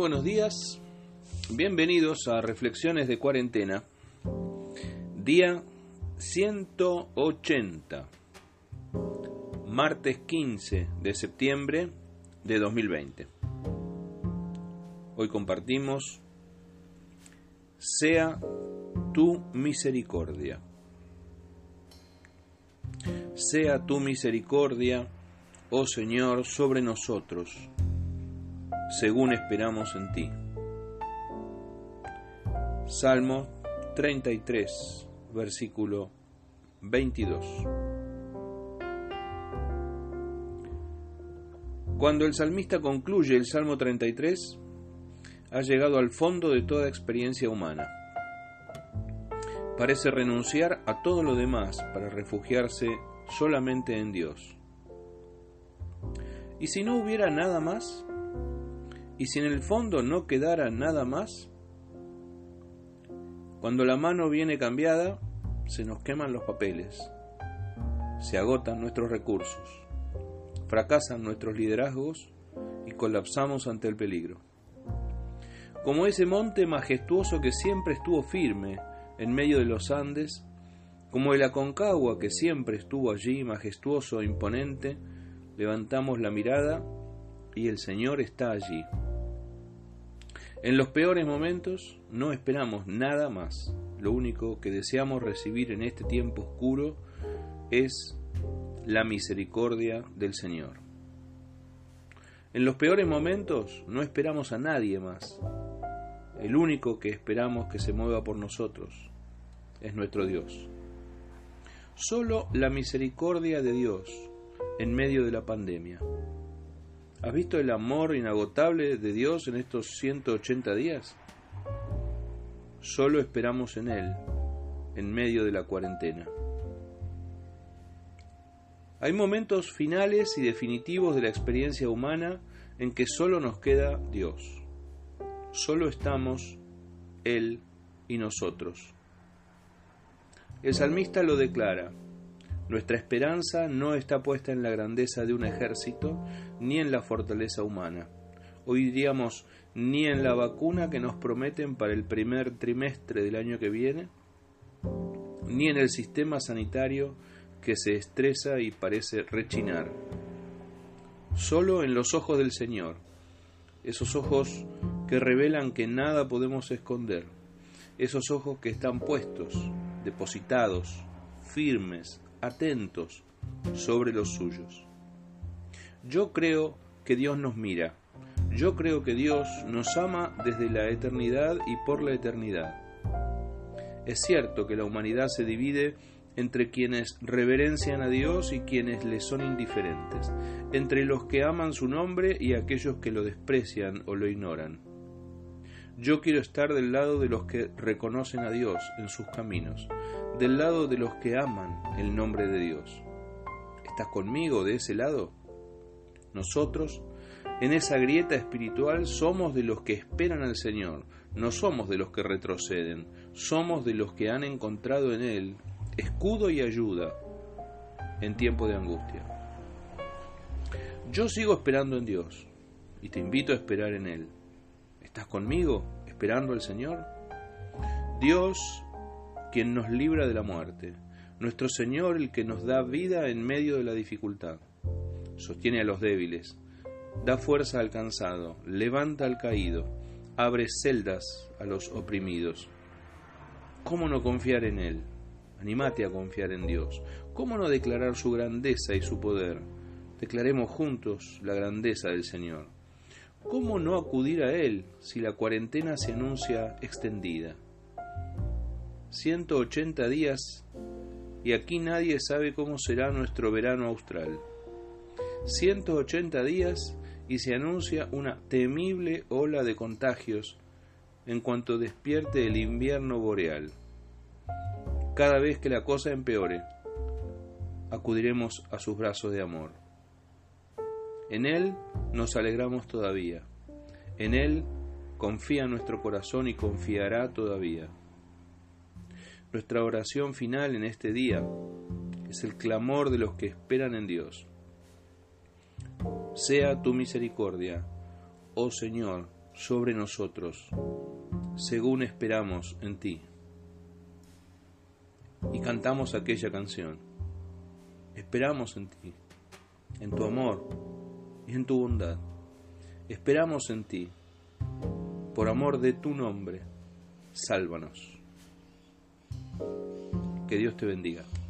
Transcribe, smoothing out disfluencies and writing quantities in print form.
buenos días, bienvenidos a Reflexiones de Cuarentena, día 180, martes 15 de septiembre de 2020. Hoy compartimos: sea tu misericordia. Sea tu misericordia, oh Señor, sobre nosotros, según esperamos en ti. Salmo 33, versículo 22. Cuando el salmista concluye el Salmo 33, ha llegado al fondo de toda experiencia humana. Parece renunciar a todo lo demás para refugiarse solamente en Dios. ¿Y si no hubiera nada más? ¿Y si en el fondo no quedara nada más? Cuando la mano viene cambiada, se nos queman los papeles, se agotan nuestros recursos, fracasan nuestros liderazgos y colapsamos ante el peligro. Como ese monte majestuoso que siempre estuvo firme en medio de los Andes, como el Aconcagua que siempre estuvo allí majestuoso e imponente, levantamos la mirada y el Señor está allí. En los peores momentos no esperamos nada más. Lo único que deseamos recibir en este tiempo oscuro es la misericordia del Señor. En los peores momentos no esperamos a nadie más. El único que esperamos que se mueva por nosotros es nuestro Dios. Solo la misericordia de Dios en medio de la pandemia. ¿Has visto el amor inagotable de Dios en estos 180 días? Solo esperamos en Él, en medio de la cuarentena. Hay momentos finales y definitivos de la experiencia humana en que solo nos queda Dios. Solo estamos Él y nosotros. El salmista lo declara: nuestra esperanza no está puesta en la grandeza de un ejército, ni en la fortaleza humana. Hoy diríamos, ni en la vacuna que nos prometen para el primer trimestre del año que viene, ni en el sistema sanitario que se estresa y parece rechinar. Solo en los ojos del Señor, esos ojos que revelan que nada podemos esconder, esos ojos que están puestos, depositados, firmes, atentos sobre los suyos. Yo creo que Dios nos mira. Yo creo que Dios nos ama desde la eternidad y por la eternidad. Es cierto que la humanidad se divide entre quienes reverencian a Dios y quienes le son indiferentes, entre los que aman su nombre y aquellos que lo desprecian o lo ignoran. Yo quiero estar del lado de los que reconocen a Dios en sus caminos, del lado de los que aman el nombre de Dios. ¿Estás conmigo de ese lado? Nosotros, en esa grieta espiritual, somos de los que esperan al Señor, no somos de los que retroceden, somos de los que han encontrado en Él escudo y ayuda en tiempo de angustia. Yo sigo esperando en Dios y te invito a esperar en Él. ¿Estás conmigo esperando al Señor? Dios, quien nos libra de la muerte, nuestro Señor, el que nos da vida en medio de la dificultad, sostiene a los débiles, da fuerza al cansado, levanta al caído, abre celdas a los oprimidos. ¿Cómo no confiar en Él? Anímate a confiar en Dios. ¿Cómo no declarar su grandeza y su poder? Declaremos juntos la grandeza del Señor. ¿Cómo no acudir a Él si la cuarentena se anuncia extendida? 180 días y aquí nadie sabe cómo será nuestro verano austral. 180 días y se anuncia una temible ola de contagios en cuanto despierte el invierno boreal. Cada vez que la cosa empeore, acudiremos a sus brazos de amor. En Él nos alegramos todavía. En Él confía nuestro corazón y confiará todavía. Nuestra oración final en este día es el clamor de los que esperan en Dios. Sea tu misericordia, oh Señor, sobre nosotros, según esperamos en ti. Y cantamos aquella canción. Esperamos en ti, en tu amor y en tu bondad. Esperamos en ti, por amor de tu nombre, sálvanos. Que Dios te bendiga.